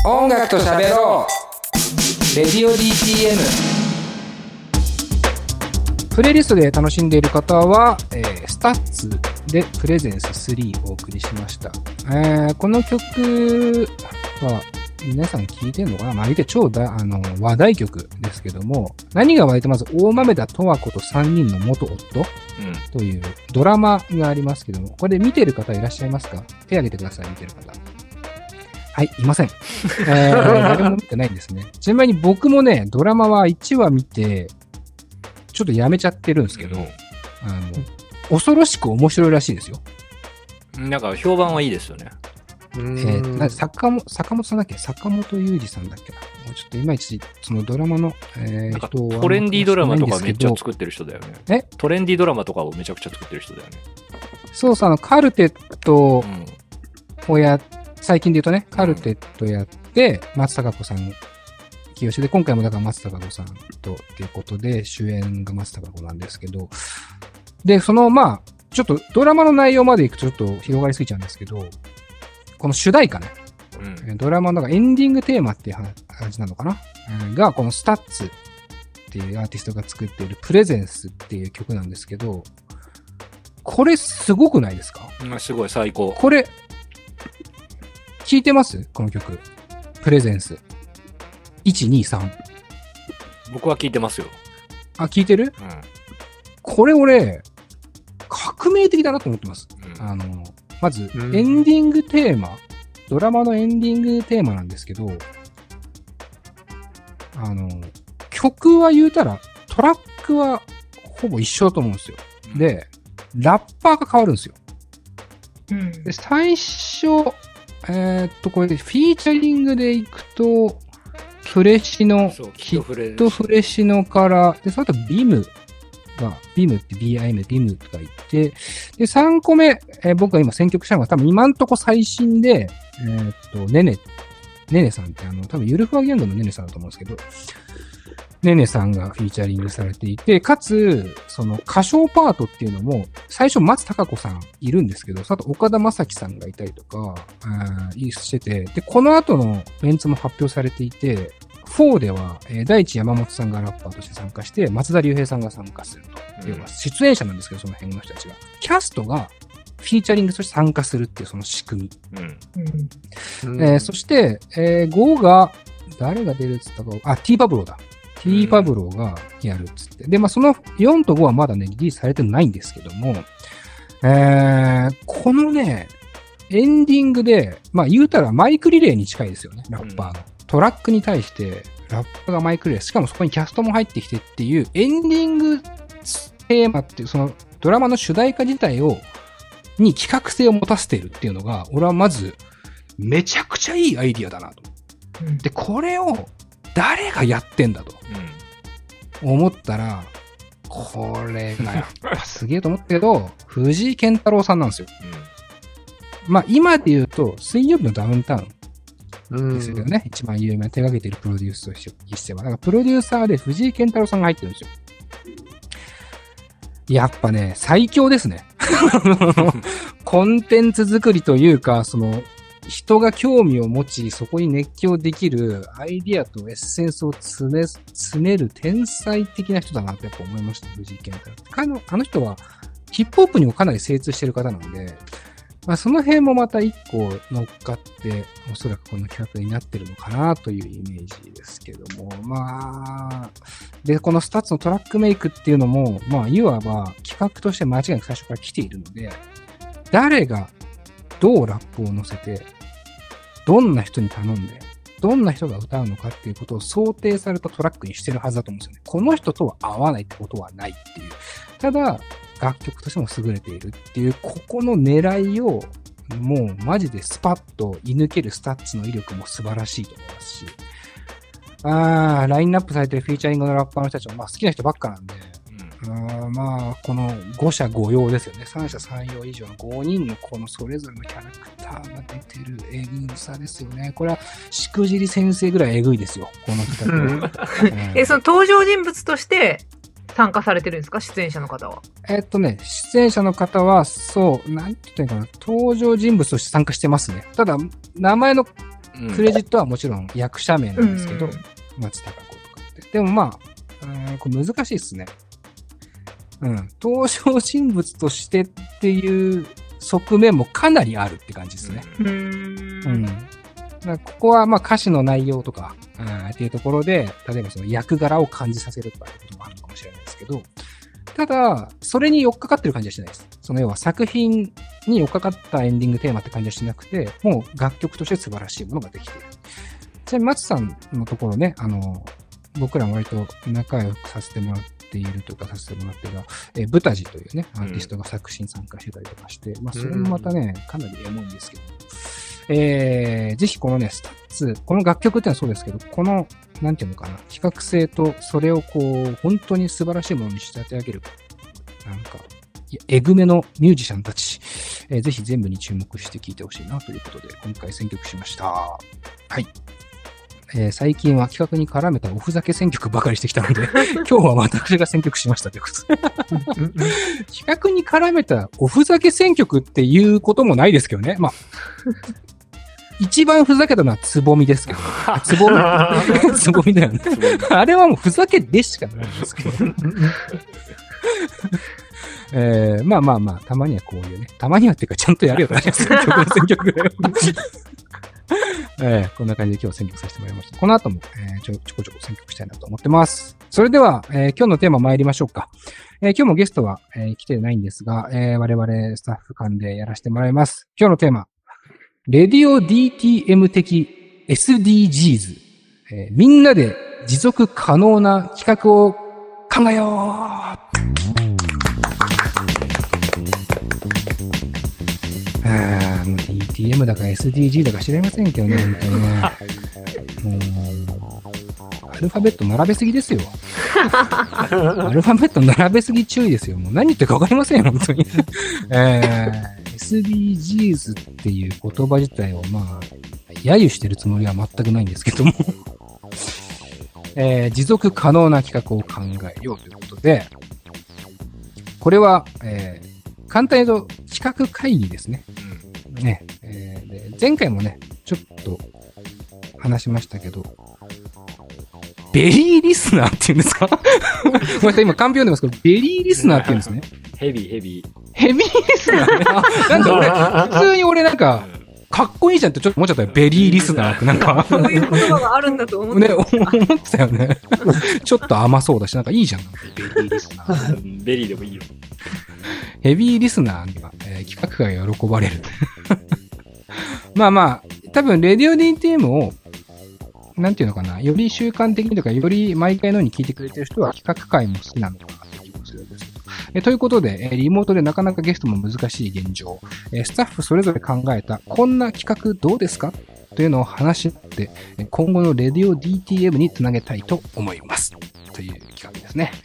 音楽と喋ろうレディオ DTM。 プレイリストで楽しんでいる方は、スタッツでプレゼンス3をお送りしました。この曲は皆さん聞いてるのかな。まあ、言って超話題曲ですけども、何が話題ってまず大豆田十和子と3人の元夫というドラマがありますけども、これ見てる方いらっしゃいますか？手挙げてください、見てる方。はい、いません。誰も見てないんですね。ちなみに僕もね、ドラマは1話見て、ちょっとやめちゃってるんですけど、恐ろしく面白いらしいですよ。 なんか評判はいいですよね。 坂本さんだっけ？坂本裕二さんだっけな。もうちょっといまいち、そのドラマの、 人はトレンディードラマとかめっちゃ作ってる人だよね。トレンディードラマとかをめちゃくちゃ作ってる人だよね。 そうさ、カルテットを最近で言うとね、カルテットやって、松たか子さん起用して、今回もだから松たか子さんとっていうことで、主演が松たか子なんですけど、で、ちょっとドラマの内容までいくとちょっと広がりすぎちゃうんですけど、この主題歌ね、ドラマのエンディングテーマっていう感じなのかな、が、このスタッツっていうアーティストが作っているプレゼンスっていう曲なんですけど、これすごくないですか？ すごい、最高。 これ、聞いてます？この曲。プレゼンス。1、2、3。 僕は聞いてますよ。 あ、聞いてる？これ俺、革命的だなと思ってます。まず、エンディングテーマ、ドラマのエンディングテーマなんですけど、曲は言うたら、トラックはほぼ一緒だと思うんですよ。で、ラッパーが変わるんですよ。で、最初、これでフィーチャリングでいくと、フレシノ、キッドフレシノから、で、その後ビムが、ビムって BIM、ビムとか言って、で、3個目、僕が今選曲したのが多分今んとこ最新で、ネネさんって多分ゆるふわギャングのネネさんだと思うんですけど、ネネさんがフィーチャリングされていて、かつ、その歌唱パートっていうのも、最初松たか子さんいるんですけど、あと岡田将生さんがいたりとか、してて、で、この後のメンツも発表されていて、4では、第一山本さんがラッパーとして参加して、松田龍平さんが参加すると。要は出演者なんですけど、その辺の人たちが。キャストがフィーチャリングとして参加するっていうその仕組み。そして、5が、誰が出るっつったか、T パブローだ。T パブローがやるっつって。で、その4と5はまだね、リリースされてないんですけども、このね、エンディングで、言うたらマイクリレーに近いですよね、ラッパーの。トラックに対して、ラッパーがマイクリレー、しかもそこにキャストも入ってきてっていう、エンディングテーマっていう、そのドラマの主題歌自体に企画性を持たせているっていうのが、俺はまず、めちゃくちゃいいアイディアだなと。で、これを、誰がやってんだと。思ったら、これがやっぱすげえと思ったけど、藤井健太郎さんなんですよ。今で言うと、水曜日のダウンタウン。ですよね。一番有名な手掛けているプロデュースとしては。だからプロデューサーで藤井健太郎さんが入ってるんですよ。やっぱね、最強ですね。コンテンツ作りというか、人が興味を持ち、そこに熱狂できるアイディアとエッセンスを詰める天才的な人だなってやっぱ思いました、藤井健太郎。あの人はヒップホップにもかなり精通してる方なんで、その辺もまた一個乗っかって、おそらくこの企画になってるのかなというイメージですけども、で、このスタッツのトラックメイクっていうのも、いわば企画として間違いなく最初から来ているので、誰がどうラップを乗せて、どんな人に頼んで、どんな人が歌うのかっていうことを想定されたトラックにしてるはずだと思うんですよね。この人とは合わないってことはないっていう。ただ、楽曲としても優れているっていう、ここの狙いを、もうマジでスパッと射抜けるスタッツの威力も素晴らしいと思いますし、ラインナップされてるフィーチャリングのラッパーの人たちも好きな人ばっかなんで、この5者5様ですよね。3者3様以上の5人のこのそれぞれのキャラクターが出てるえぐさですよね。これはしくじり先生ぐらいえぐいですよ、この企画。 その登場人物として参加されてるんですか、出演者の方は。 出演者の方は、そう、なんて言ったらいいかな、登場人物として参加してますね。ただ、名前のクレジットはもちろん役者名なんですけど、松たか子とかって。でもまあ、これ難しいっすね。登場人物としてっていう側面もかなりあるって感じですね。ここはまあ歌詞の内容とか、っていうところで、例えばその役柄を感じさせるとかいうこともあるのかもしれないですけど、ただ、それに寄っかかってる感じはしないです。その要は作品に寄っかかったエンディングテーマって感じはしなくて、もう楽曲として素晴らしいものができている。ちなみに松さんのところね、僕ら割と仲良くさせてもらっているというかさせてもらっているのは、ブタジというね、アーティストが作詞に参加してたりとかして、まあそれもまたね、かなりエモいんですけど、ぜひこのね、スタッツ、この楽曲ってのはそうですけど、この、なんていうのかな、比較性と、それをこう、本当に素晴らしいものに仕立て上げる、なんか、えぐめのミュージシャンたち、ぜひ全部に注目して聴いてほしいなということで、今回選曲しました。はい。最近は企画に絡めたおふざけ選曲ばかりしてきたので、今日は私が選曲しましたということで。企画に絡めたおふざけ選曲っていうこともないですけどね。まあ一番ふざけたのはつぼみですけど、つぼみだよね。あれはもうふざけでしかないんですけど。まあ、たまにはこういうね、たまにはっていうかちゃんとやるよね。選曲だよ。こんな感じで今日選曲させてもらいました。この後も、ちょこちょこ選曲したいなと思ってます。それでは、今日のテーマ参りましょうか。今日もゲストは、来てないんですが、我々スタッフ間でやらせてもらいます。今日のテーマ。レディオ DTM 的 SDGs、みんなで持続可能な企画を考えよう。もう DTM だか SDG だか知りませんけどね、本当にね。もう、アルファベット並べすぎですよ。アルファベット並べすぎ注意ですよ。もう何言ってるかわかりませんよ、本当に。SDGs っていう言葉自体をまあ、揶揄してるつもりは全くないんですけども、持続可能な企画を考えようということで、これは、簡単に言うと企画会議ですね。で前回もね、ちょっと話しましたけど、ベリーリスナーっていうんですか？ごめんなさい、今カンペ読んでますけど、ベリーリスナーっていうんですね。 ヘビーリスナーね。なんか俺、普通に俺なんか、かっこいいじゃんってちょっと思っちゃったよ。ベリーリスナーってなんか。 そういう言葉があるんだと思って。 ね、思ってたよね。ちょっと甘そうだし、なんかいいじゃん。ベリーリスナー。 ベリーでもいいよ。 ヘビーリスナーには、企画会が喜ばれる。まあ、多分、レディオ DTM を、なんていうのかな、より習慣的にとか、より毎回のように聞いてくれてる人は企画会も好きなのかなって気もするんですけど。ということで、リモートでなかなかゲストも難しい現状、スタッフそれぞれ考えた、こんな企画どうですかというのを話し合って、今後のレディオ DTM につなげたいと思います。という企画ですね。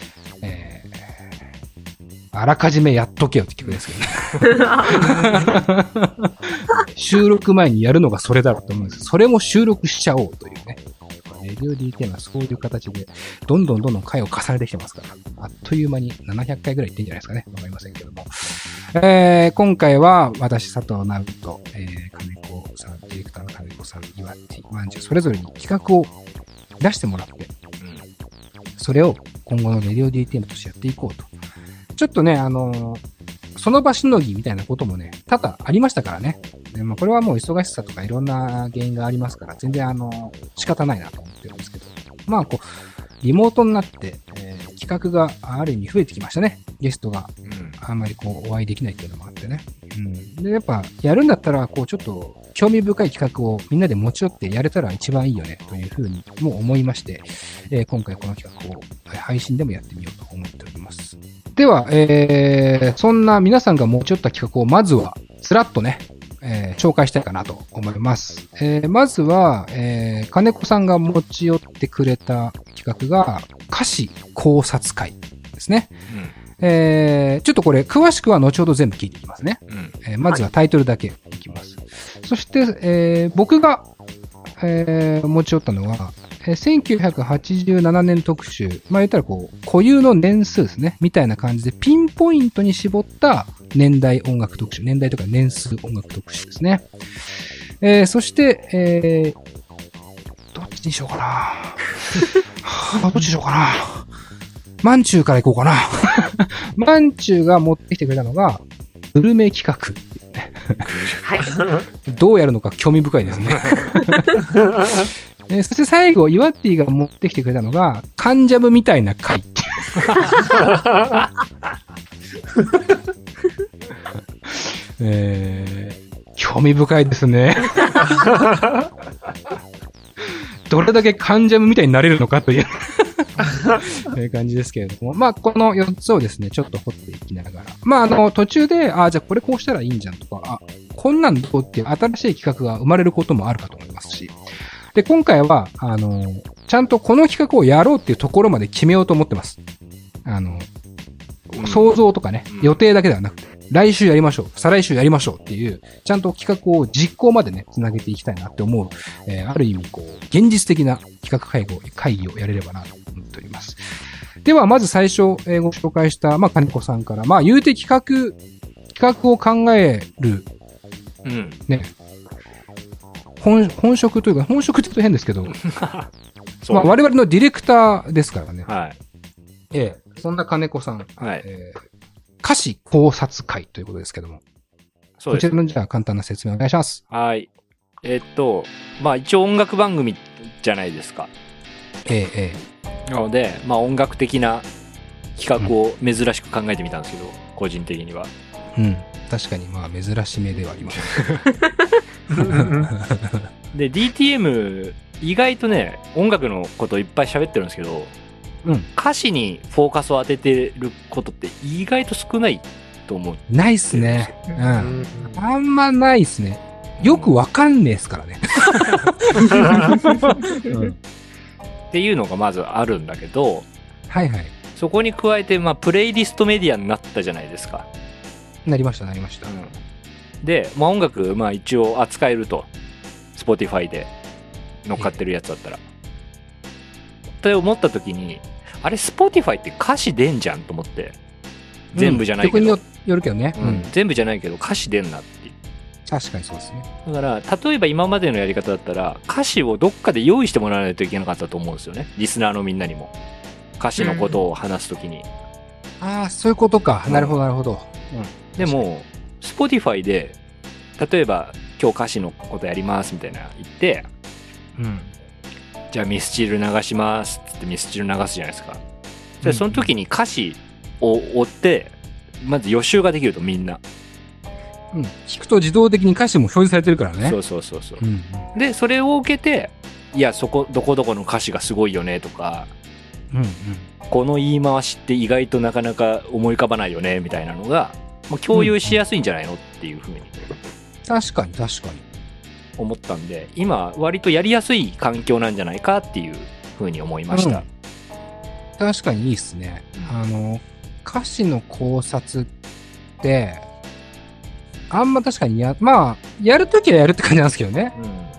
あらかじめやっとけよって企画ですけどね。収録前にやるのがそれだろうと思うんですけど、それも収録しちゃおうというね。レディオ DTM はそういう形で、どんどん回を重ねてきてますから、あっという間に700回ぐらいいってんじゃないですかね。わかりませんけども。今回は私、佐藤直人、金子さん、ディレクターの金子さん、岩手、まんじゅう、それぞれに企画を出してもらって、それを今後のレディオ DTM としてやっていこうと。ちょっとね、その場しのぎみたいなこともね、多々ありましたからね。でこれはもう忙しさとかいろんな原因がありますから、全然仕方ないなと思ってるんですけど。リモートになって、企画がある意味増えてきましたね。ゲストがあんまりお会いできないっていうのもあってね。で、やっぱ、やるんだったら、ちょっと、興味深い企画をみんなで持ち寄ってやれたら一番いいよね、というふうにも思いまして、今回この企画を配信でもやってみようと思っております。では、そんな皆さんが持ち寄った企画をまずは、スラッとね、紹介したいかなと思います。まずは、金子さんが持ち寄ってくれた企画が、歌詞考察会ですね。ちょっとこれ、詳しくは後ほど全部聞いていきますね。まずはタイトルだけいきます。そして、僕が、持ち寄ったのは、1987年特集。言ったら固有の年数ですね。みたいな感じでピンポイントに絞った年代音楽特集。年代とか年数音楽特集ですね。 そして、どっちにしようかな。どっちにしようかな。マンチューから行こうかな。マンチューが持ってきてくれたのが、グルメ企画。 はい。 どうやるのか興味深いですね。そして最後、イワッティが持ってきてくれたのが、カンジャムみたいな回。興味深いですね。どれだけカンジャムみたいになれるのかという感じですけれども。まあ、この4つをですね、ちょっと掘っていきながら。まあ、途中で、じゃあこれこうしたらいいんじゃんとか、こんなんどうっていう新しい企画が生まれることもあるかと思いますし。で、今回は、ちゃんとこの企画をやろうっていうところまで決めようと思ってます。想像とかね、予定だけではなくて、来週やりましょう、再来週やりましょうっていう、ちゃんと企画を実行までね、つなげていきたいなって思う、ある意味、現実的な企画会議をやれればなと思っております。では、まず最初、ご紹介した、金子さんから、言うて企画を考える、ね、本職というか、本職って言うと変ですけど、我々のディレクターですからね。 はい。 そんな金子さん。 はい。 歌詞考察会ということですけども。 そうです。 こちらのじゃあ簡単な説明お願いします。 はい。一応音楽番組じゃないですか。なので、音楽的な企画を珍しく考えてみたんですけど、個人的には。 うん。確かに珍しめではあります。 で、DTM、意外とね、音楽のこといっぱい喋ってるんですけど、歌詞にフォーカスを当ててることって意外と少ないと思う。 ないっすね。あんまないっすね。よくわかんねえっすからね。 っていうのがまずあるんだけど、 はいはい。 そこに加えて、プレイリストメディアになったじゃないですか。 なりました。 で、音楽、一応扱えると。Spotify で乗っかってるやつだったら。って思った時に、あれ、Spotify って歌詞出んじゃんと思って。全部じゃないけど。 曲によるけどね。 全部じゃないけど歌詞出んなっていう。 確かにそうですね。 だから、例えば今までのやり方だったら、歌詞をどっかで用意してもらわないといけなかったと思うんですよね。リスナーのみんなにも。歌詞のことを話すときに。 そういうことか。なるほど、なるほど。 でも、Spotify で、例えば、今日歌詞のことやりますみたいな言って、じゃあミスチル流しますっつってミスチル流すじゃないですか。で、その時に歌詞を追って、まず予習ができるとみんな。 聞くと自動的に歌詞も表示されてるからね。 そう。で、それを受けて、いや、どこどこの歌詞がすごいよねとか、この言い回しって意外となかなか思い浮かばないよねみたいなのが、共有しやすいんじゃないのっていうふうに。 確かに。 思ったんで、今割とやりやすい環境なんじゃないかっていうふうに思いました。 確かにいいっすね。歌詞の考察って、あんま確かにやるときはやるって感じなんですけどね。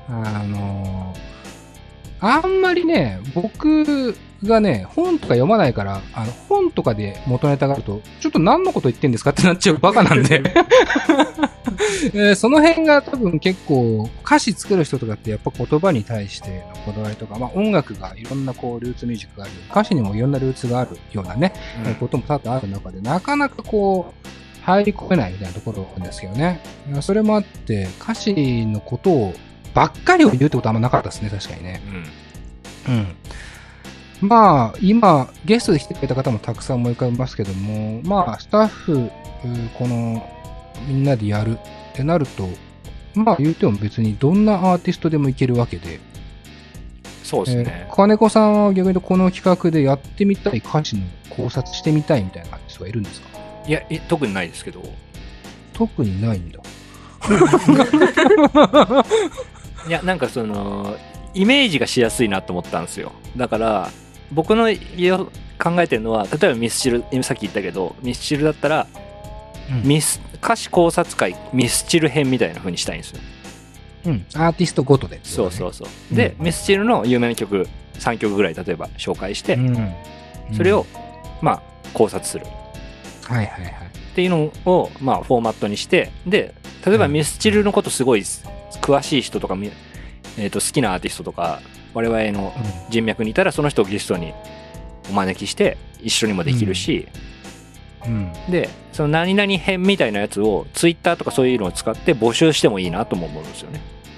あんまりね、僕がね、本とか読まないから、本とかで元ネタがあると、ちょっと何のこと言ってんですかってなっちゃうバカなんで。その辺が多分結構、歌詞作る人とかってやっぱ言葉に対してのこだわりとか、音楽がいろんなルーツミュージックがある。歌詞にもいろんなルーツがあるようなね、ことも多々ある中で、なかなか入り込めないみたいなところなんですけどね。それもあって、歌詞のことをばっかりを言うってことはあんまなかったですね、確かにね。今、ゲストで来てくれた方もたくさん思い浮かびますけども、スタッフ、みんなでやるってなると、言うても別にどんなアーティストでもいけるわけで。 そうですね。 金子さんは逆に言うとこの企画でやってみたい歌詞の考察してみたいみたいな人がいるんですか？ いや、特にないですけど。 特にないんだ。 いや、なんかイメージがしやすいなと思ったんですよ。だから、僕の考えてるのは、例えばミスチル、さっき言ったけど、ミスチルだったら、歌詞考察会ミスチル編みたいな風にしたいんですよ。 アーティストごとで、ね。 そう。で、ミスチルの有名な曲3曲ぐらい例えば紹介して、それを考察する。っていうのをフォーマットにして、で、例えばミスチルのことすごい好詳しい人とか好きなアーティストとか我々の人脈にいたらその人をゲストにお招きして一緒にもできるし、でその何々編みたいなやつをツイッターとかそういうのを使って募集してもいいなとも思うんですよね。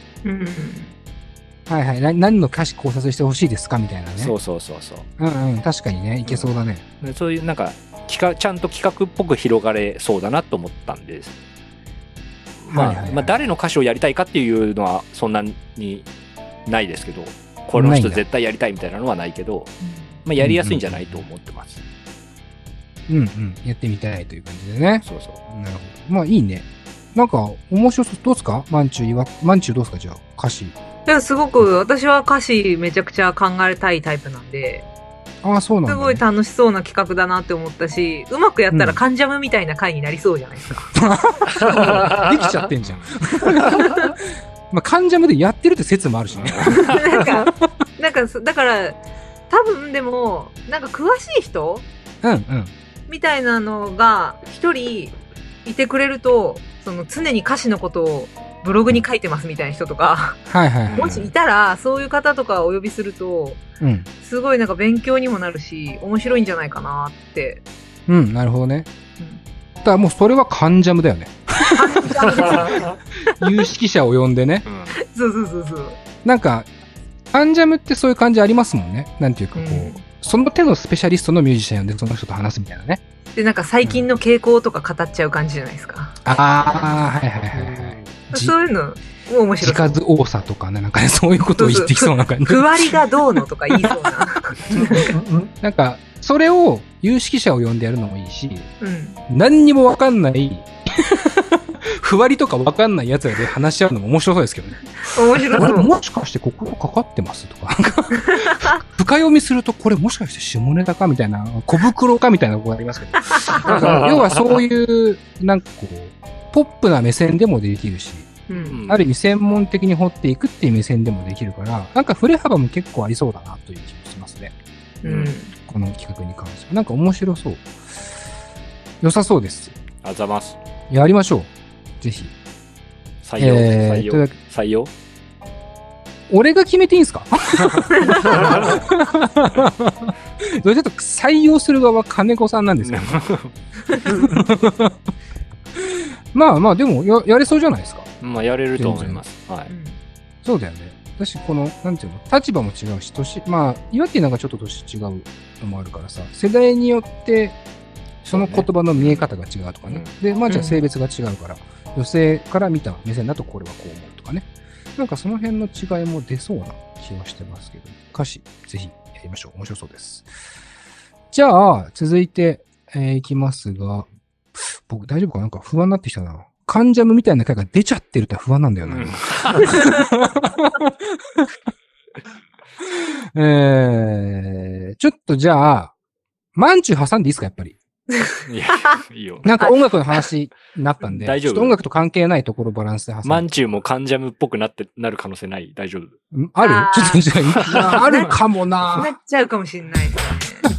はいはい。何の歌詞考察してほしいですかみたいなね。 そう。 確かにね、いけそうだね。 でそういうなんかちゃんと企画っぽく広がれそうだなと思ったんです。まあ誰の歌詞をやりたいかっていうのはそんなにないですけど、この人絶対やりたいみたいなのはないけど、まあやりやすいんじゃないと思ってます。 やってみたいという感じでね。 そうそう。 なるほど。まあいいね。なんか面白そう。どうですか？マンチューどうですか？じゃあ歌詞。 いや、すごく、私は歌詞めちゃくちゃ考えたいタイプなんで、 そうなんだ、ね。 すごい楽しそうな企画だなって思ったし、うまくやったらカンジャムみたいな回になりそうじゃないですか。 できちゃってんじゃん。まあ、カンジャムでやってるって説もあるしね。 なんか、だから、多分でも、なんか詳しい人みたいなのが一人いてくれると、その常に歌詞のことをブログに書いてますみたいな人とか、もしいたら、そういう方とかお呼びすると、すごいなんか勉強にもなるし、面白いんじゃないかなって。 なるほどね。だからもうそれはカンジャムだよね。有識者を呼んでね。 そう。 なんか、カンジャムってそういう感じありますもんね。なんていうかその手のスペシャリストのミュージシャン呼んでその人と話すみたいなね。 で、なんか最近の傾向とか語っちゃう感じじゃないですか。 はい。 そういうの、も面白い。 字数多さとかね、なんかね、そういうことを言ってきそうな感じ。 区割りがどうのとか言いそうな。 なんか、それを有識者を呼んでやるのもいいし、何にもわかんない、ふわりとかわかんないやつらで話し合うのも面白そうですけどね。 面白そう。 もしかしてここかかってますとか、なんか深読みするとこれもしかして下ネタかみたいな、小袋かみたいなとこがありますけど。なんか要はそういう、なんかこう、ポップな目線でもできるし、ある意味専門的に掘っていくっていう目線でもできるから、なんか振れ幅も結構ありそうだなという気もしますね。この企画に関しては。なんか面白そう。良さそうです。 あざます。 やりましょう。ぜひ。 採用俺が決めていいんすか？どうちょっと採用する側は金子さんなんですけど。まあでもやれそうじゃないですか。 まあやれると思います。はい。 そうだよね。私このなんていうの立場も違うしまあ岩手なんかちょっと年違うのもあるからさ、世代によってその言葉の見え方が違うとかね。でまあじゃあ性別が違うから、女性から見た目線だとこれはこう思うとかね。なんかその辺の違いも出そうな気はしてますけど、歌詞ぜひやりましょう。面白そうです。じゃあ続いていきますが、僕大丈夫かなんか不安になってきたな。カンジャムみたいな回が出ちゃってるって不安なんだよな。ちょっとじゃあ、マンチュ挟んでいいですかやっぱり。 いや、いいよ。 なんか音楽の話になったんで、 大丈夫。 ちょっと音楽と関係ないところバランスで挟んで。 マンチューもカンジャムっぽくなる可能性ない？大丈夫？ ある？ちょっとじゃあ、あるかもな。 なっちゃうかもしれないですね。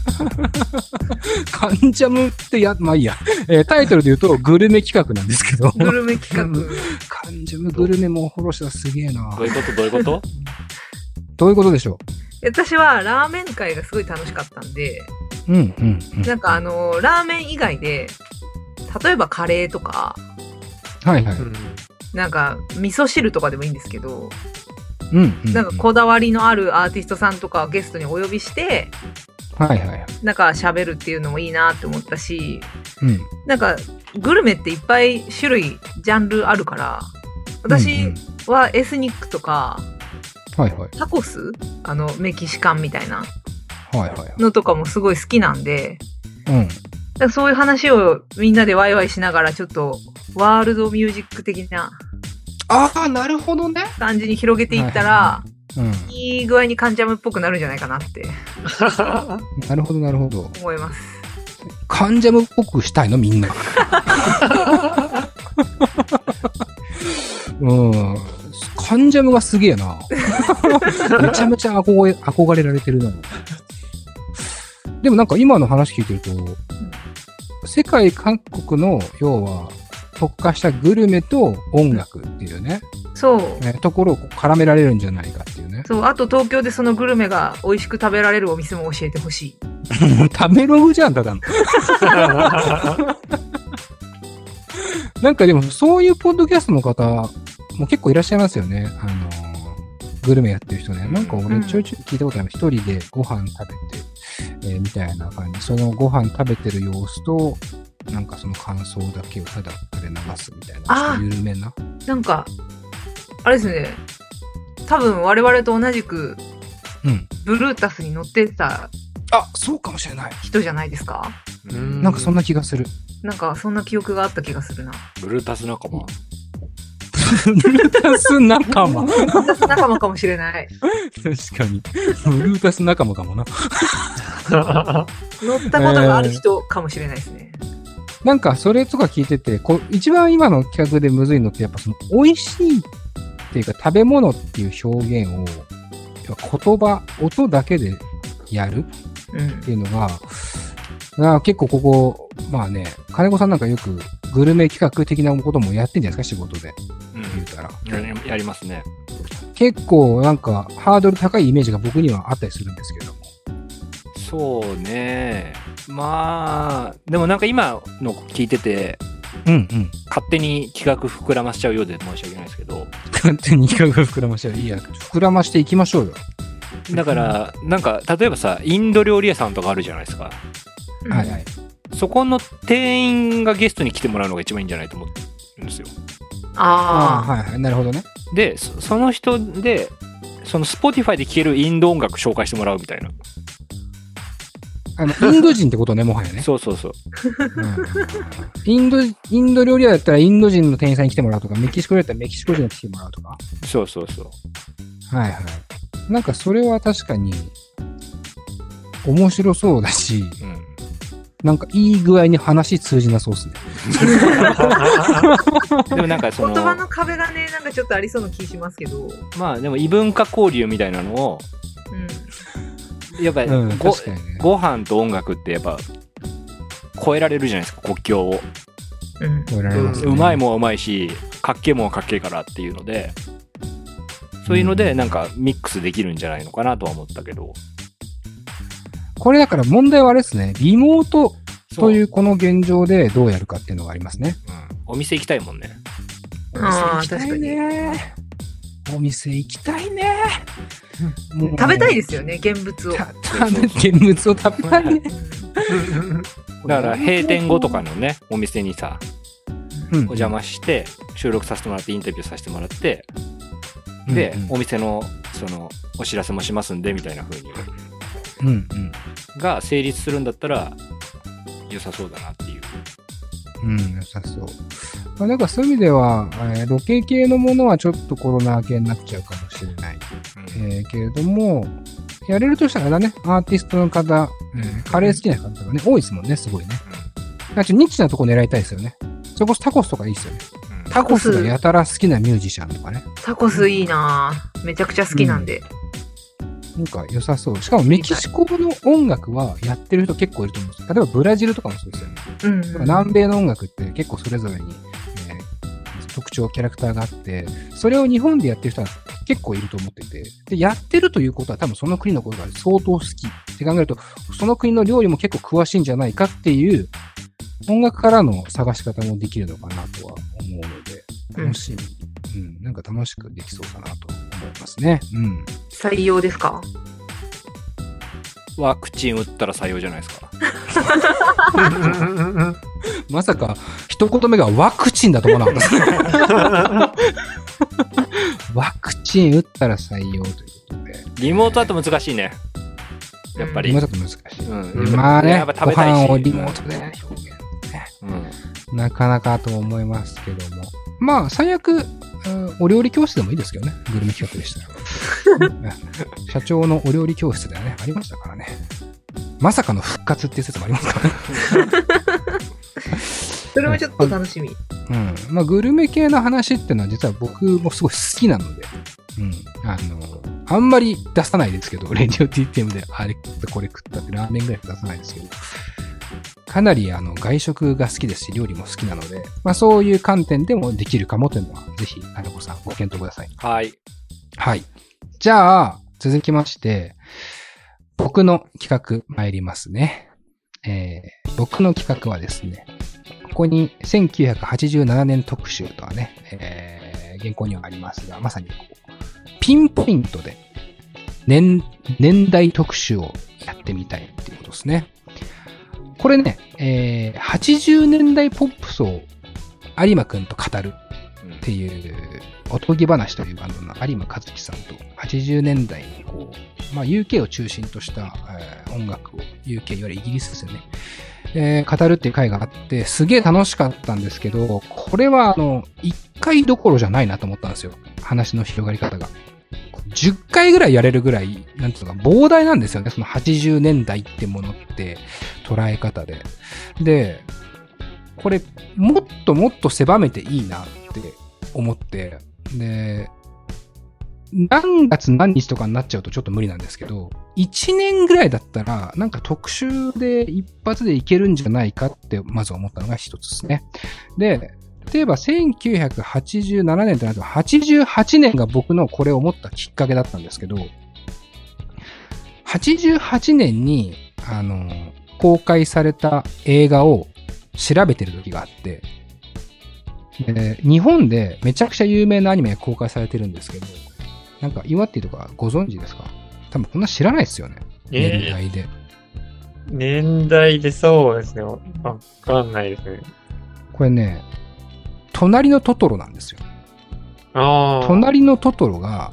カンジャムってまあいいや。タイトルで言うと、グルメ企画なんですけど。 グルメ企画。 カンジャムグルメもフォローしたらすげえな。 どういうことどういうことでしょう？私はラーメン会がすごい楽しかったんで、なんかラーメン以外で、例えばカレーとか、なんか味噌汁とかでもいいんですけど、なんかこだわりのあるアーティストさんとかをゲストにお呼びして、なんか喋るっていうのもいいなって思ったし、なんかグルメっていっぱい種類、ジャンルあるから、私はエスニックとか、タコスメキシカンみたいなのとかもすごい好きなんで、だからそういう話をみんなでワイワイしながらちょっとワールドミュージック的ななるほどね感じに広げていったら、いい具合にカンジャムっぽくなるんじゃないかなってなるほど思います。 カンジャムっぽくしたいのみんな。カンジャムがすげえな。めちゃめちゃ憧れられてるな。でもなんか今の話聞いてると、世界各国の要は特化したグルメと音楽っていうね。 そう。 ところを絡められるんじゃないかっていうね。 そう。あと東京でそのグルメが美味しく食べられるお店も教えてほしい。 食べログじゃん、ただの。なんかでもそういうポッドキャストの方も結構いらっしゃいますよね。グルメやってる人ね。なんか俺ちょいちょい聞いたことある。一人でご飯食べて、みたいな感じ。そのご飯食べてる様子と、なんかその感想だけをただ垂れ流すみたいな。緩めな。 なんか、あれですね。多分我々と同じく、ブルータスに乗ってた。 そうかもしれない。 人じゃないですか？ なんかそんな気がする。 なんかそんな記憶があった気がするな。 ブルータス仲間。 ブルータス仲間。 ブルータス仲間かもしれない。 確かに。ブルータス仲間かもな。 乗ったことがある人かもしれないですね。 なんかそれとか聞いてて、一番今の企画でむずいのってやっぱその美味しいっていうか食べ物っていう表現を言葉、音だけでやるっていうのが、結構ここ、まあね、金子さんなんかよくグルメ企画的なこともやってんじゃないですか、仕事で。言うたら。 やりますね。 結構なんかハードル高いイメージが僕にはあったりするんですけども。 そうね。まあ、でもなんか今の聞いてて、勝手に企画膨らましちゃうようで申し訳ないですけど。 勝手に企画膨らましちゃう。いや、膨らましていきましょうよ。 だから、なんか、例えばさ、インド料理屋さんとかあるじゃないですか。 はいはい。 そこの店員がゲストに来てもらうのが一番いいんじゃないと思ってるんですよ。 はいはい。なるほどね。 で、その人で、その Spotify で聴けるインド音楽紹介してもらうみたいな。 インド人ってことね、もはやね。 そうそうそう。 インド料理屋だったらインド人の店員さんに来てもらうとか、メキシコ料理だったらメキシコ人に来てもらうとか。 そうそうそう。 はいはい。なんかそれは確かに面白そうだし、なんかいい具合に話通じなそうっすね。 でもなんかその言葉の壁がね、なんかちょっとありそうな気しますけど。 まあでも異文化交流みたいなのを、やっぱり、ご飯と音楽ってやっぱ超えられるじゃないですか、国境を。 超えられますね。 うまいもんはうまいし、かっけえもんはかっけえからっていうので、そういうのでなんかミックスできるんじゃないのかなとは思ったけど。 これだから問題はあれですね。リモートというこの現状でどうやるかっていうのがありますね。 お店行きたいもんね。 お店行きたいね。お店行きたいね。 食べたいですよね、現物を。 現物を食べたいね。 だから閉店後とかのね、お店にさ、お邪魔して収録させてもらってインタビューさせてもらって、で、お店のそのお知らせもしますんでみたいな風に。が成立するんだったら良さそうだなっていう。 良さそう。まあ、なんかそういう意味では、ロケ系のものはちょっとコロナ明けになっちゃうかもしれない。けれども、やれるとしたらね、アーティストの方、カレー好きな方がね、多いですもんね、すごいね。ニッチなとこ狙いたいですよね。それこそタコスとかいいですよね。タコスがやたら好きなミュージシャンとかね。 タコスいいなぁ。めちゃくちゃ好きなんで。 なんか良さそう。しかもメキシコの音楽はやってる人結構いると思うんですよ。例えばブラジルとかもそうですよね。南米の音楽って結構それぞれに、特徴、キャラクターがあって、それを日本でやってる人は結構いると思ってて、で、やってるということは多分その国のことが相当好きって考えると、その国の料理も結構詳しいんじゃないかっていう、音楽からの探し方もできるのかなとは思うので、楽しみ。なんか楽しくできそうだなと思いますね。 採用ですか？ ワクチン打ったら採用じゃないですか。 まさか一言目がワクチンだと思わなかったですね。ワクチン打ったら採用ということで。 リモートだと難しいね。やっぱり。 リモートだと難しい。まあね、ご飯をリモートで表現ね。なかなかと思いますけども。まあ、最悪、お料理教室でもいいですけどね。グルメ企画でしたら。社長のお料理教室ではね、ありましたからね。まさかの復活っていう説もありますからね。 それもちょっと楽しみ。 まあ、グルメ系の話っていうのは実は僕もすごい好きなので、あんまり出さないですけど、レディオ TTM であれ食ったこれ食ったってラーメンぐらい出さないですけど、 かなり外食が好きですし、料理も好きなので、そういう観点でもできるかもというのは、ぜひ、金子さんご検討ください。 はい。 はい。じゃあ、続きまして、僕の企画参りますね。僕の企画はですね、ここに1987年特集とはね、原稿にはありますが、まさにピンポイントで年代特集をやってみたいっていうことですね。これね、80年代ポップスを有馬くんと語るっていう、おとぎ話というバンドの有馬和樹さんと80年代にUK を中心とした、音楽を UK いわゆるイギリスですよね、語るっていう回があってすげえ楽しかったんですけど、これは1回どころじゃないなと思ったんですよ。話の広がり方が10回ぐらいやれるぐらいなんていうのか膨大なんですよね。その80年代ってものって捉え方で。で、これもっともっと狭めていいなって思って、で、何月何日とかになっちゃうとちょっと無理なんですけど、1年ぐらいだったらなんか特集で一発でいけるんじゃないかってまず思ったのが一つですね。で、例えば1987年となると88年が僕のこれを思ったきっかけだったんですけど、88年に公開された映画を調べてる時があって、日本でめちゃくちゃ有名なアニメが公開されてるんですけど、なんか岩っていうとかご存知ですか？多分こんな知らないですよね。年代で。 年代でそうですね。わかんないですね。 これね、隣のトトロなんですよ。隣のトトロが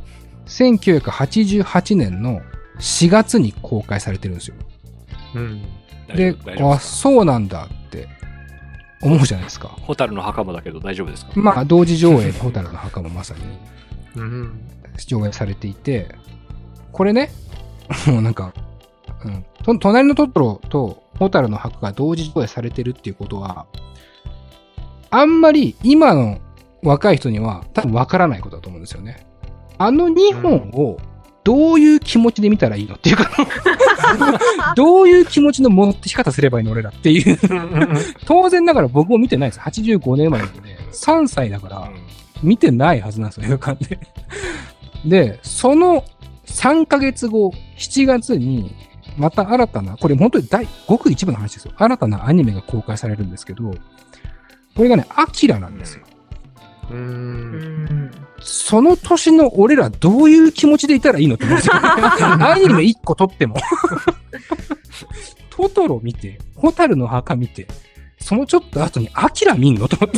1988年の4月に公開されてるんですよ。 うん。 で、そうなんだって思うじゃないですか。 ホタルの墓もだけど大丈夫ですか？ 同時上映でホタルの墓もまさに上映されていて、これね、もうなんか、隣のトトロとホタルの墓が同時上映されてるっていうことは、あんまり今の若い人には多分わからないことだと思うんですよね。2本をどういう気持ちで見たらいいのっていうかどういう気持ちの持ってき方すればいいの俺らっていう当然ながら僕も見てないです。85年生まれで、ね、3歳だから見てないはずなんですよ、映画館で。で、その3ヶ月後、7月にまた新たな、これ本当にごく一部の話ですよ。新たなアニメが公開されるんですけど、これがね、アキラなんですよ。その年の俺らどういう気持ちでいたらいいのって思うんですよ。アニメ1個撮っても。トトロ見て、ホタルの墓見て、そのちょっと後にアキラ見んのと思って。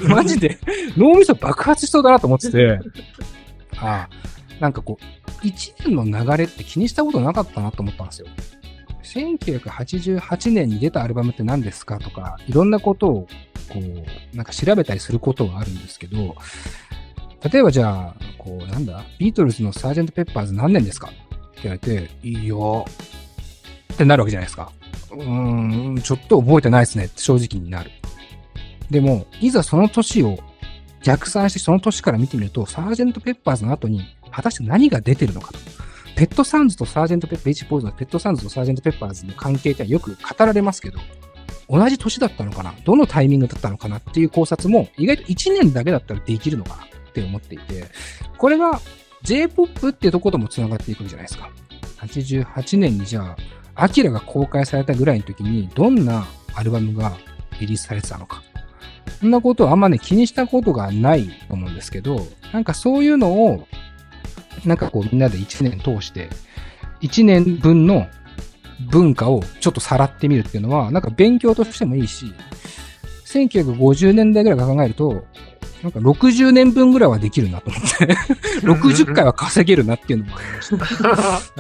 マジで脳みそ爆発しそうだなと思ってて。なんかこう、1年の流れって気にしたことなかったなと思ったんですよ。1988年に出たアルバムって何ですかとか、いろんなことをこう、なんか調べたりすることがあるんですけど、例えばじゃあ、ビートルズのサージェント・ペッパーズ何年ですかって言われて、いいよってなるわけじゃないですか。ちょっと覚えてないですねって正直になる。でも、いざその年を逆算してその年から見てみると、サージェント・ペッパーズの後に果たして何が出てるのかと。ペットサンズとサージェント・ペッパーズ、ベイチポーズのペットサンズとサージェント・ペッパーズの関係ってよく語られますけど、同じ年だったのかな、どのタイミングだったのかなっていう考察も意外と1年だけだったらできるのかなって思っていて、これが J-POP っていうところとも繋がっていくじゃないですか。88年にじゃあ、アキラが公開されたぐらいの時にどんなアルバムがリリースされてたのか。そんなことをあんまね気にしたことがないと思うんですけど、なんかそういうのをなんかこうみんなで1年通して1年分の文化をちょっとさらってみるっていうのはなんか勉強としてもいいし、1950年代ぐらいから考えるとなんか60年分ぐらいはできるなと思って60回は稼げるなっていうのもありました、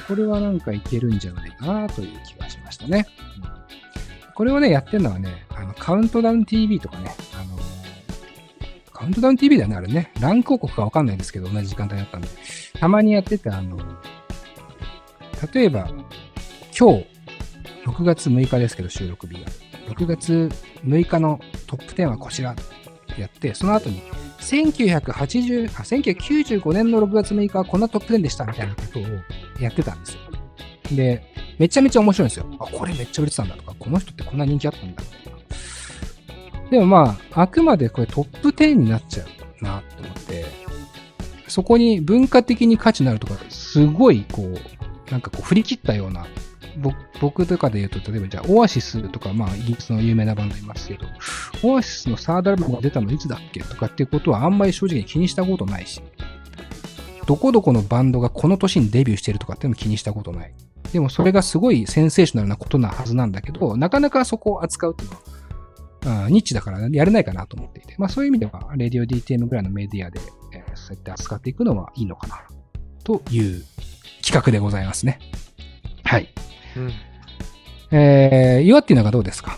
これはなんかいけるんじゃないかなという気がしましたね。これをねやってるのはね、カウントダウン TV とかね、カウントダウン TV だよね、あれね。ランク王国かわかんないですけど、同じ時間帯だったんで。たまにやってて、例えば、今日、6月6日ですけど、収録日が。6月6日のトップ10はこちらってやって、その後に、1995年の6月6日はこんなトップ10でしたみたいなことをやってたんですよ。で、 めちゃめちゃ面白いんですよ。あ、これめっちゃ売れてたんだとか、この人ってこんな人気あったんだとか。でもまあ、あくまでこれトップ10になっちゃうなって思って、そこに文化的に価値のあるとか、すごいこう、なんかこう振り切ったような、僕とかで言うと、例えばじゃあ、オアシスとか、まあ、イギリスの有名なバンドいますけど、オアシスのサードアルバムが出たのいつだっけとかっていうことはあんまり正直気にしたことないし、どこどこのバンドがこの年にデビューしてるとかっていうのも気にしたことない。でもそれがすごいセンセーショナルなことなはずなんだけど、なかなかそこを扱うっていうのは、ニッチだからやれないかなと思っていて、まあそういう意味では、レディオ DTM ぐらいのメディアで、そうやって扱っていくのはいいのかな、という企画でございますね。はい。うん、岩っていうのがどうですか？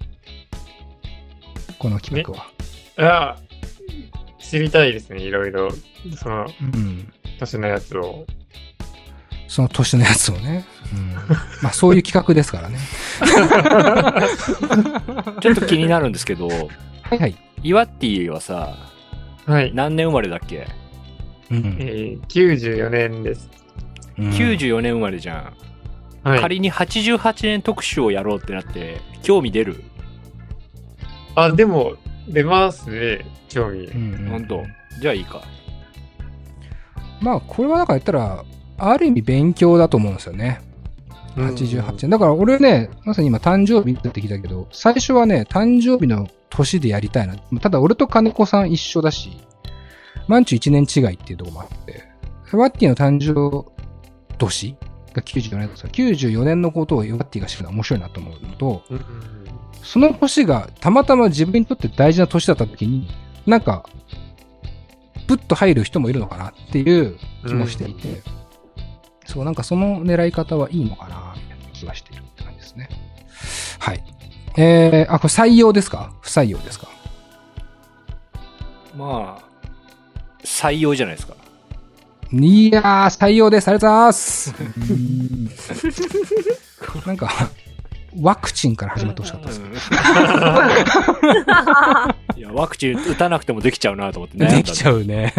この企画は。 知りたいですね、いろいろ。その、年のやつを。 その年のやつをね。まあそういう企画ですからね。 ちょっと気になるんですけど、 はいはい。 岩ってィはさ、 はい、 何年生まれだっけ ？94年です。 94年生まれじゃん。はい、仮に88年特集をやろうってなって興味出る？ でも出ますね、興味。 本当？じゃあいいか。 まあこれはなんか言ったらある意味勉強だと思うんですよね。88年。だから俺ね、まさに今誕生日ってきたけど、最初はね、誕生日の年でやりたいな。ただ俺と金子さん一緒だし、マンチュ1年違いっていうところもあって、ワッティの誕生年が94年ですから、94年のことをワッティが知るのは面白いなと思うのと、その年がたまたま自分にとって大事な年だった時に、なんか、プッと入る人もいるのかなっていう気もしていて、そう、なんかその狙い方はいいのかな、みたいな気がしているって感じですね。はい。これ採用ですか？不採用ですか？ まあ、採用じゃないですか。 いやー、採用です。ありがとうございます。なんか、ワクチンから始まってほしかったですけど。 いや、ワクチン打たなくてもできちゃうなと思ってね。できちゃうね。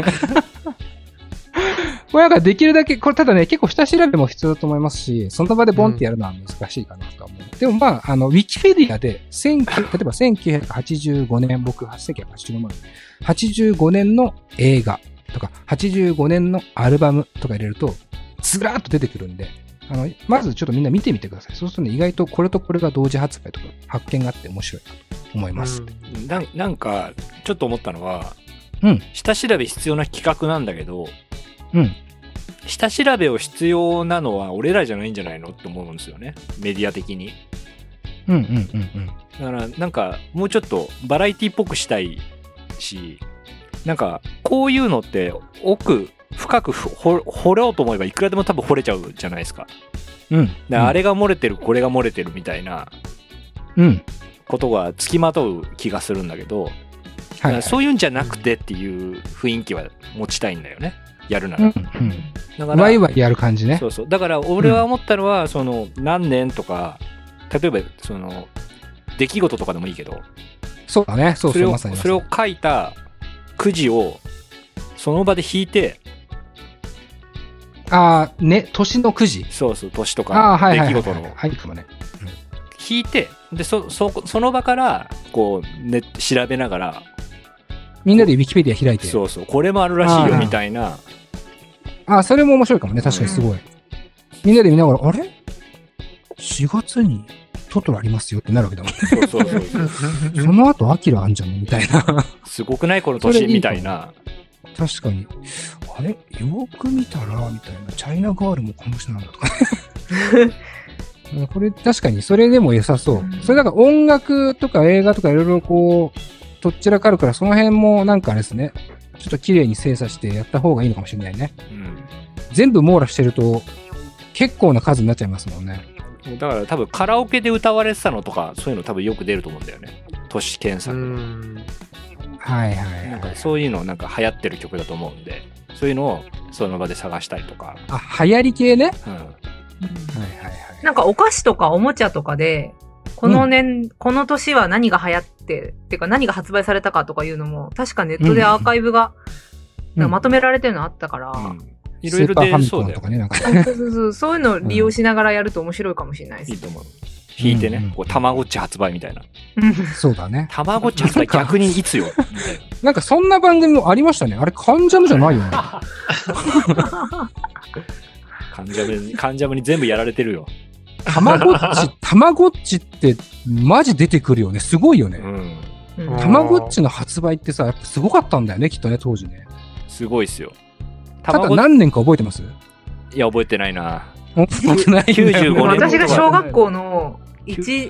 これなんかできるだけ、これただね、結構下調べも必要だと思いますし、その場でボンってやるのは難しいかなと思う。でもまあ、ウィキペディアで、例えば1985年、僕、1985年、85年の映画とか、85年のアルバムとか入れると、ずらーっと出てくるんで、まずちょっとみんな見てみてください。そうするとね、意外とこれとこれが同時発売とか発見があって面白いなと思います。 なんか、ちょっと思ったのは、下調べ必要な企画なんだけど、下調べを必要なのは俺らじゃないんじゃないのって思うんですよね。メディア的に。だからなんかもうちょっとバラエティっぽくしたいし、なんかこういうのって奥深く掘ろうと思えばいくらでも多分掘れちゃうじゃないですか。だからあれが漏れてる、これが漏れてるみたいなことがつきまとう気がするんだけど、そういうんじゃなくてっていう雰囲気は持ちたいんだよね。やるなら。 だからワイワイやる感じね。 そうそう。だから俺は思ったのは、その何年とか、例えばその出来事とかでもいいけど、 そうだね。そうまさに。 それを書いたくじをその場で引いて、 年のくじ。 そうそう、年とか出来事の引いて、でその場からこう調べながら。 みんなでウィキペディア開いて。 そうそう。これもあるらしいよ、みたいな。 それも面白いかもね。確かにすごい。みんなで見ながら、あれ ?4 月にトトロありますよってなるわけだもんね。そう。その後、アキラあんじゃんみたいな。 すごくないこの年みたいな。 確かに。あれよーく見たらみたいな。チャイナガールもこの人なんだとかね。これ確かに、それでも良さそう。それなんか音楽とか映画とかいろいろこう、どっちらかあるから、その辺もなんかあれですね、ちょっと綺麗に精査してやった方がいいのかもしれないね。全部網羅してると、結構な数になっちゃいますもんね。 だから多分カラオケで歌われてたのとか、そういうの多分よく出ると思うんだよね。都市検索。なんかそういうのなんか流行ってる曲だと思うんで、そういうのをその場で探したりとか。 流行り系ね。 なんかお菓子とかおもちゃとかで、この年は何が流行っていうか何が発売されたかとかいうのも、確かネットでアーカイブが、まとめられてるのあったから。 いろいろ出そうだよね。 そういうのを利用しながらやると面白いかもしれないです。 いいと思う。引いてね、こう、たまごっち発売みたいな。 そうだね。 たまごっち発売逆にいつよみたいな。 なんかそんな番組もありましたね。あれ、カンジャムじゃないよね。 カンジャムに全部やられてるよ。 たまごっちってマジ出てくるよね。すごいよね。たまごっちの発売ってさ、やっぱすごかったんだよね、きっとね、当時ね。 すごいっすよ。 ただ何年か覚えてます？ いや、覚えてないな。 覚えてない。 95年。 私が小学校の3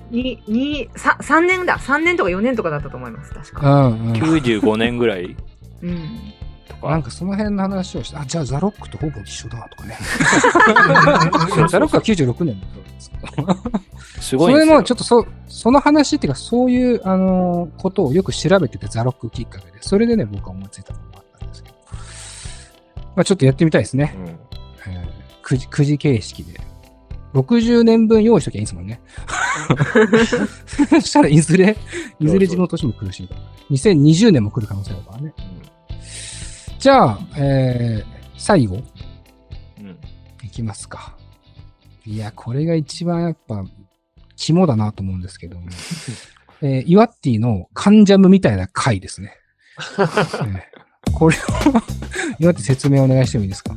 年だ。3年とか4年とかだったと思います、確か。 95年ぐらい。 なんかその辺の話をして、じゃあザロックとほぼ一緒だとかね。ザロックは96年だったんですけど。 すごいんですよ。 それもちょっとその話っていうか、そういうことをよく調べてて、ザロックきっかけで、それでね、僕は思いついたのがあったんですけど。まあちょっとやってみたいですね。くじ形式で。60年分用意しときゃいいんですもんね。そしたらいずれ自分の年も来るし、2020年も来る可能性あるからね。じゃあ、最後、いきますか。いや、これが一番やっぱ、肝だなと思うんですけども。イワッティのカンジャムみたいな回ですね。これを、イワッティ説明お願いしてもいいですか？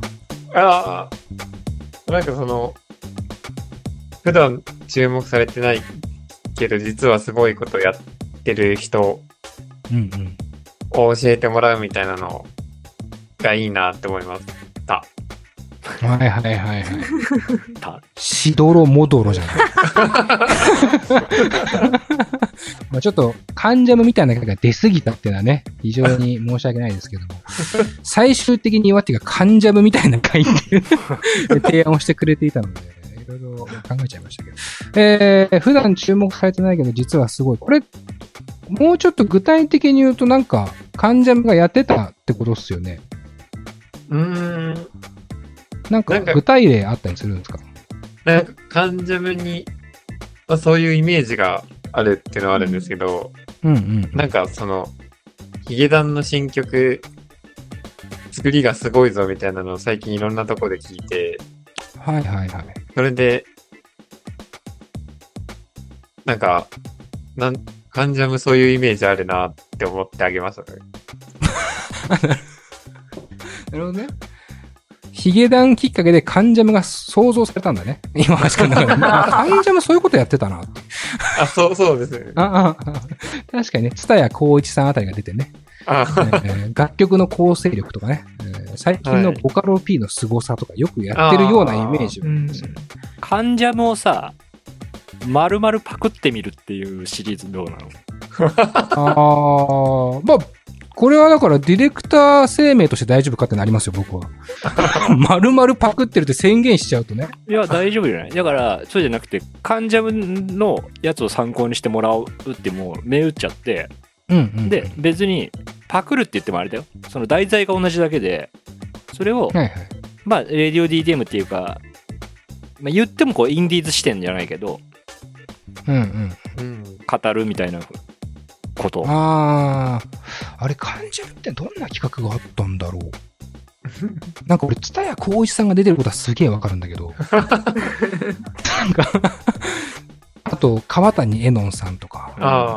なんか普段注目されてないけど、実はすごいことやってる人を教えてもらうみたいなのがいいなって思いました。 はいはいはいはい。しどろもどろじゃない。まあちょっと、カンジャムみたいな回が出過ぎたっていうのはね、非常に申し訳ないですけども、最終的にイワッティがカンジャムみたいな回っていう提案をしてくれていたので、いろいろ考えちゃいましたけど。普段注目されてないけど、実はすごい。これ、もうちょっと具体的に言うとなんか、カンジャムがやってたってことっすよね。なんか具体例あったりするんですか？ なんかカンジャムに、そういうイメージがあるっていうのはあるんですけど、なんかヒゲダンの新曲、作りがすごいぞみたいなのを最近いろんなとこで聞いて、 はいはいはい。 それで、なんか、カンジャムそういうイメージあるなって思ってあげましたね。 なるほどね。ヒゲダンきっかけでカンジャムが想像されたんだね。今話しかながら。カンジャムそういうことやってたなって。 そうですね。 確かにね、蔦谷好位置さんあたりが出てね。楽曲の構成力とかね、最近のボカロ P の凄さとかよくやってるようなイメージを、 カンジャムをさ、丸々パクってみるっていうシリーズどうなの？まあ、これはだからディレクター声明として大丈夫かってなりますよ、僕は。丸々パクってるって宣言しちゃうとね。 いや、大丈夫じゃない。だから、そうじゃなくて、カンジャムのやつを参考にしてもらうってもう、目打っちゃって、で、別に、パクるって言ってもあれだよ。その題材が同じだけで、それを、まあ、レディオ DTM っていうか、まあ、言ってもこう、インディーズ視点じゃないけど、語るみたいなこと。 あれ、カンジャムってどんな企画があったんだろう。なんか俺、蔦谷好位置さんが出てることはすげえわかるんだけど。なんかあと、川谷絵音さんとか。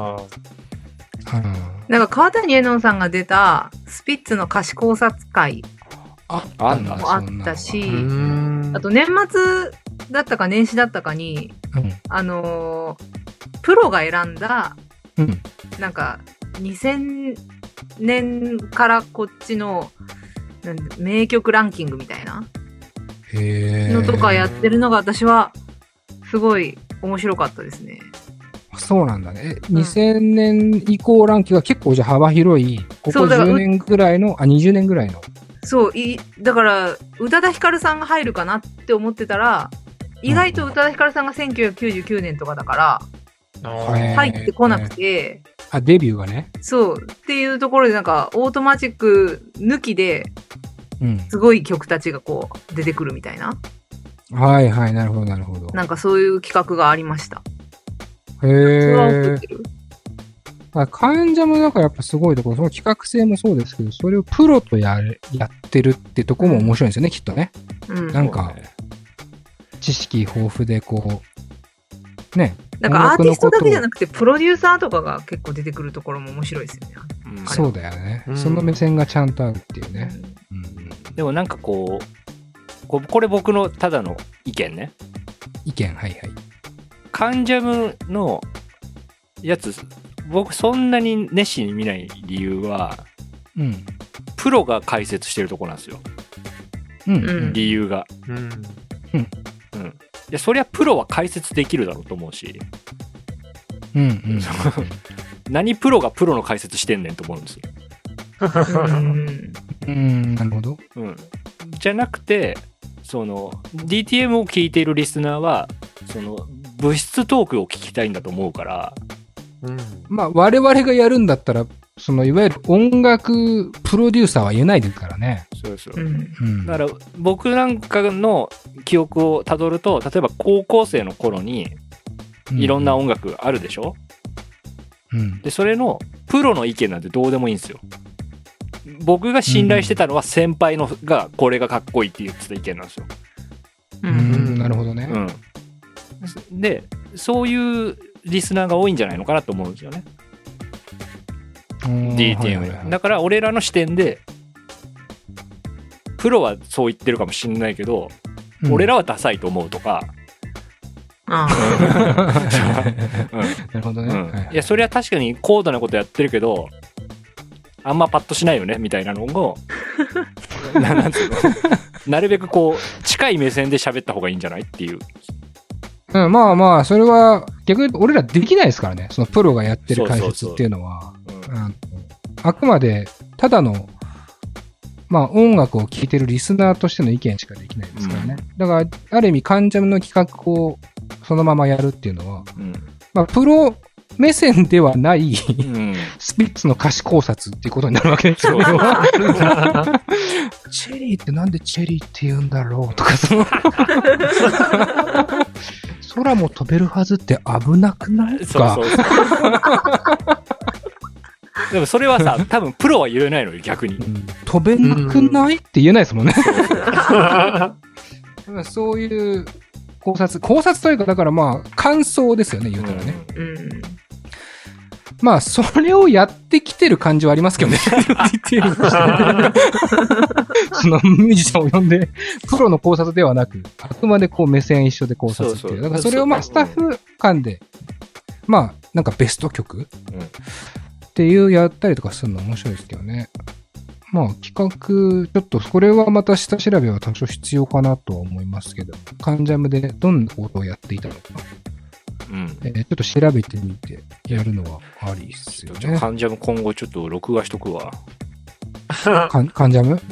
なんか川谷絵音さんが出たスピッツの歌詞考察会もあったし、あと年末だったか年始だったかに、プロが選んだ、なんか2000年からこっちの名曲ランキングみたいなのとかやってるのが私はすごい面白かったですね。 そうなんだね。2000年以降ランキングは結構じゃ幅広い、ここ10年ぐらいの、20年ぐらいの。 そう、だから、宇多田ヒカルさんが入るかなって思ってたら、意外と宇多田ヒカルさんが1999年とかだから、入ってこなくて。 デビューがね。 そう。っていうところでなんか、オートマチック抜きで、すごい曲たちがこう、出てくるみたいな。 はいはい、なるほどなるほど。 なんかそういう企画がありました。 へえ。 関ジャムだからやっぱすごいところ、その企画性もそうですけど、それをプロとやってるってとこも面白いんですよね、きっとね。なんか、知識豊富でこう、ね。 なんかアーティストだけじゃなくて、プロデューサーとかが結構出てくるところも面白いですよね。 そうだよね。その目線がちゃんとあるっていうね。 でもなんかこれ僕のただの意見ね。 意見、はいはい。 カンジャムのやつ、僕そんなに熱心に見ない理由は、プロが解説してるとこなんですよ。理由が。でそりゃプロは解説できるだろうと思うし、何プロがプロの解説してんねんと思うんですよ。 なるほど。 じゃなくて、その DTM を聞いているリスナーはその物質トークを聞きたいんだと思うから、 まあ我々がやるんだったら、そのいわゆる音楽プロデューサーは言えないですからね。 そうそう。だから僕なんかの記憶をたどると、例えば高校生の頃にいろんな音楽あるでしょ。でそれのプロの意見なんてどうでもいいんですよ。僕が信頼してたのは先輩のがこれがかっこいいって言ってた意見なんですよ。 なるほどね。 でそういうリスナーが多いんじゃないのかなと思うんですよね。DTM、だから俺らの視点でプロはそう言ってるかもしれないけど、俺らはダサいと思うとか。 なるほどね。 いやそれは確かに高度なことやってるけどあんまパッとしないよねみたいなのをなんつうの、なるべくこう近い目線で喋った方がいいんじゃないっていう。 まあまあそれは逆に俺らできないですからね。そのプロがやってる解説っていうのは、あくまでただのまあ音楽を聴いてるリスナーとしての意見しかできないですからね。だからある意味カンジャムの企画をそのままやるっていうのは、まあプロ目線ではない、スピッツの歌詞考察っていうことになるわけですよ。チェリーってなんでチェリーって言うんだろうとか、空も飛べるはずって危なくないとか。 でもそれはさ、多分プロは言えないのよ、逆に。 飛べなくないって言えないですもんね。そういう考察というか、だからまあ、感想ですよね、言うたらね。まあ、それをやってきてる感じはありますけどね。そのミュージシャンを呼んで、プロの考察ではなく、あくまでこう目線一緒で考察っていう。だからそれをまあ、スタッフ間で、まあ、なんかベスト曲っていうやったりとかするの面白いですけどね。まあ、企画、ちょっと、これはまた下調べは多少必要かなとは思いますけど、カンジャムでどんなことをやっていたのか。ちょっと調べてみてやるのはありっすよね。 じゃあカンジャム今後ちょっと録画しとくわ。 カンジャム？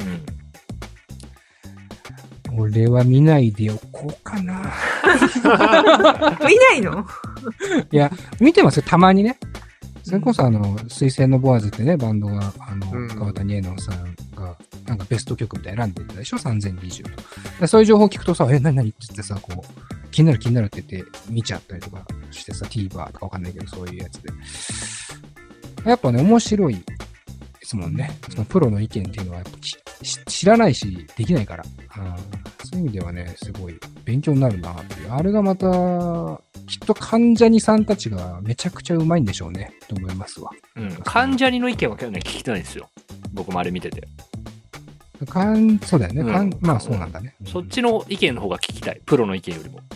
俺は見ないでおこうかな。 見ないの？ いや、見てますよ、たまにね。それこそ水星のボアーズってね、バンドが、川谷絵音さんが、なんかベスト曲みたいな選んでたでしょ ?3020 と。そういう情報聞くとさ、何って言ってさ、こう、気になるって言って見ちゃったりとかしてさ、TVer とかわかんないけど、そういうやつで。やっぱね、面白いですもんね。そのプロの意見っていうのはやっぱ知らないし、できないから。そういう意味ではね、すごい勉強になるなっていう。あれがまた、きっと関ジャニさんたちがめちゃくちゃうまいんでしょうね、と思いますわ。 関ジャニの意見は結構ね、聞きたいんですよ。僕もあれ見てて。 そうだよね。まあそうなんだね。 そっちの意見の方が聞きたい。プロの意見よりも。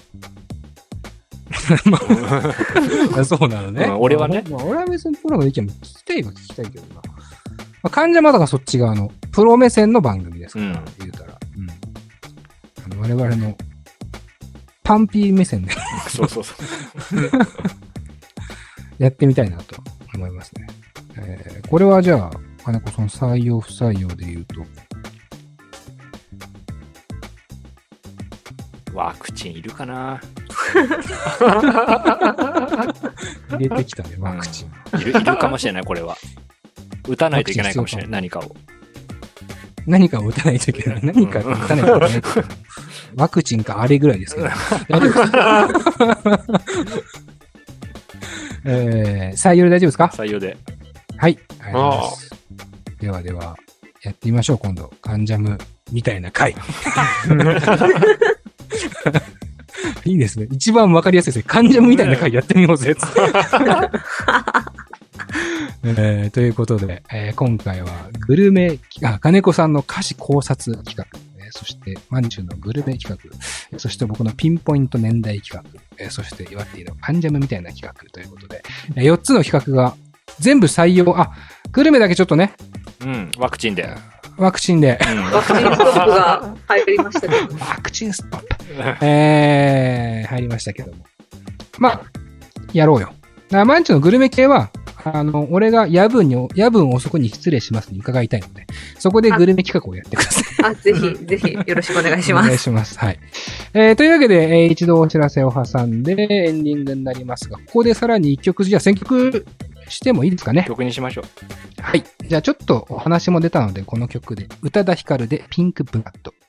そうなのね。 俺はね。 俺は別にプロの意見も聞きたいは聞きたいけどな。関ジャニはだからそっち側のプロ目線の番組ですから、言うたら。我々のパンピー目線でそうやってみたいなと思いますね。これはじゃあ金子さん採用不採用で言うとワクチンいるかな。 入れてきたね、ワクチン。 いるかもしれない、これは。打たないといけないかもしれない、何かを打たないといけない。何か打たないといけない。ワクチンかあれぐらいですけど。 採用で大丈夫ですか？ 採用で。 はい。ありがとうございます。では、やってみましょう、今度。カンジャムみたいな回。いいですね。一番わかりやすいですね。カンジャムみたいな回やってみようぜ。ということで、今回はグルメ、金子さんの歌詞考察企画、そしてマンチュのグルメ企画、そして僕のピンポイント年代企画、そして岩手のカンジャムみたいな企画ということで、4つの企画が全部採用、グルメだけちょっとね。 うん、ワクチンで。 ワクチンストップが入りましたけど。 ワクチンストップ。入りましたけども。まあ、やろうよ。マンチュのグルメ系は、俺が夜分遅くに失礼しますに伺いたいので、そこでグルメ企画をやってください。 ぜひ、よろしくお願いします。 お願いします。はい。というわけで、一度お知らせを挟んでエンディングになりますが、ここでさらに1曲、じゃあ選曲してもいいですかね。 曲にしましょう。 はい。じゃあちょっとお話も出たので、この曲で、宇多田ヒカルでピンクブラッド。